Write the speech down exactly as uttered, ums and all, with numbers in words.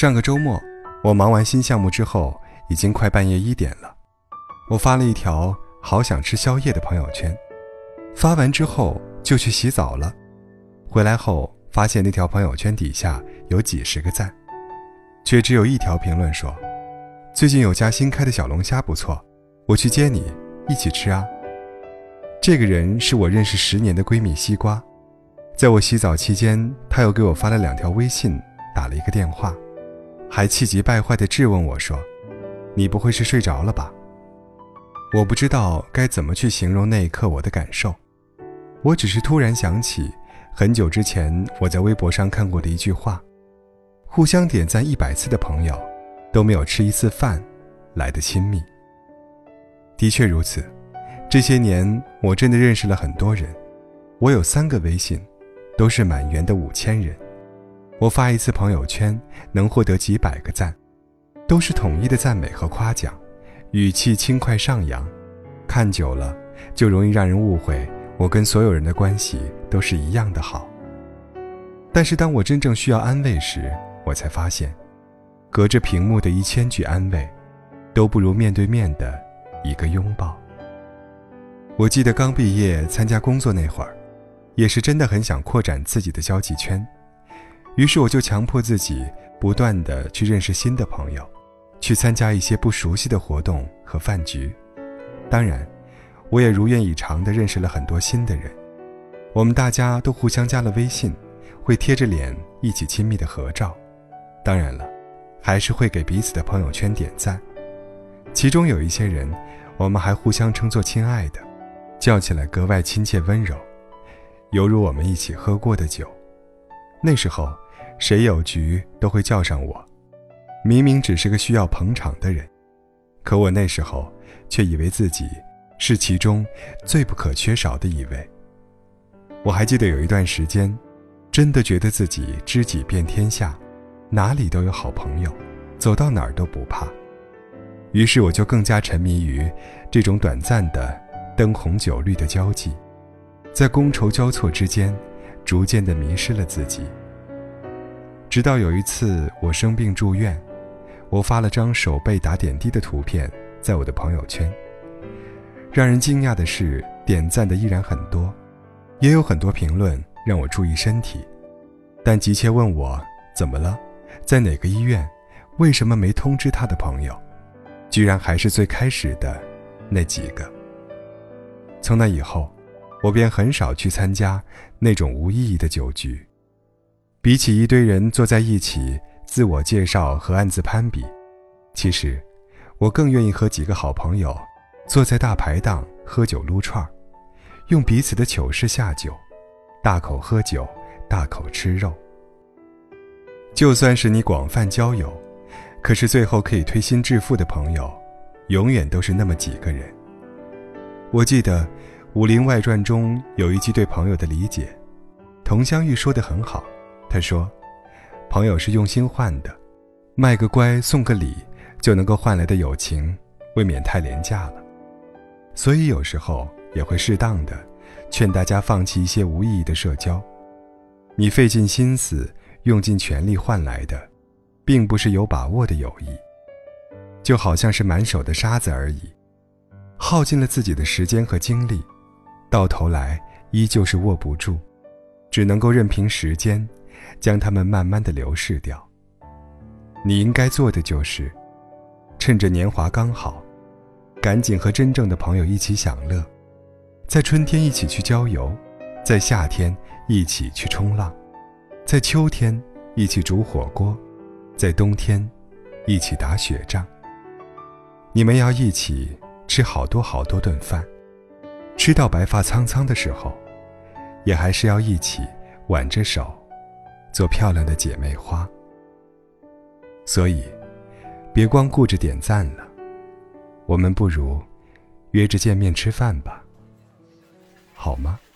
上个周末，我忙完新项目之后，已经快半夜一点了。我发了一条好想吃宵夜的朋友圈，发完之后就去洗澡了。回来后发现那条朋友圈底下有几十个赞，却只有一条评论说：最近有家新开的小龙虾不错，我去接你一起吃啊。这个人是我认识十年的闺蜜西瓜，在我洗澡期间，她又给我发了两条微信，打了一个电话，还气急败坏地质问我说：你不会是睡着了吧？我不知道该怎么去形容那一刻我的感受，我只是突然想起很久之前我在微博上看过的一句话：互相点赞一百次的朋友都没有吃一次饭来得亲密。的确如此，这些年我真的认识了很多人，我有三个微信，都是满员的五千人。我发一次朋友圈能获得几百个赞，都是统一的赞美和夸奖，语气轻快上扬，看久了就容易让人误会我跟所有人的关系都是一样的好。但是当我真正需要安慰时，我才发现隔着屏幕的一千句安慰都不如面对面的一个拥抱。我记得刚毕业参加工作那会儿，也是真的很想扩展自己的交际圈，于是我就强迫自己不断地去认识新的朋友，去参加一些不熟悉的活动和饭局。当然我也如愿以偿地认识了很多新的人，我们大家都互相加了微信，会贴着脸一起亲密的合照，当然了，还是会给彼此的朋友圈点赞。其中有一些人，我们还互相称作亲爱的，叫起来格外亲切温柔，犹如我们一起喝过的酒。那时候谁有局都会叫上我，明明只是个需要捧场的人，可我那时候却以为自己是其中最不可缺少的一位。我还记得有一段时间，真的觉得自己知己遍天下，哪里都有好朋友，走到哪儿都不怕。于是我就更加沉迷于这种短暂的灯红酒绿的交际，在觥筹交错之间逐渐地迷失了自己。直到有一次我生病住院，我发了张手背打点滴的图片在我的朋友圈。让人惊讶的是，点赞的依然很多，也有很多评论让我注意身体，但急切问我怎么了，在哪个医院，为什么没通知他的朋友，居然还是最开始的那几个。从那以后，我便很少去参加那种无意义的酒局。比起一堆人坐在一起自我介绍和暗自攀比，其实我更愿意和几个好朋友坐在大排档喝酒撸串，用彼此的糗事下酒，大口喝酒，大口吃肉。就算是你广泛交友，可是最后可以推心置腹的朋友，永远都是那么几个人。我记得《武林外传》中有一句对朋友的理解，佟湘玉说得很好，他说：朋友是用心换的，卖个乖送个礼就能够换来的友情，未免太廉价了。所以有时候也会适当的劝大家放弃一些无意义的社交。你费尽心思用尽全力换来的，并不是有把握的友谊，就好像是满手的沙子而已，耗尽了自己的时间和精力，到头来依旧是握不住，只能够任凭时间将它们慢慢的流逝掉。你应该做的就是趁着年华刚好，赶紧和真正的朋友一起享乐，在春天一起去郊游，在夏天一起去冲浪，在秋天一起煮火锅，在冬天一起打雪仗。你们要一起吃好多好多顿饭，吃到白发苍苍的时候，也还是要一起挽着手做漂亮的姐妹花。所以别光顾着点赞了，我们不如约着见面吃饭吧，好吗？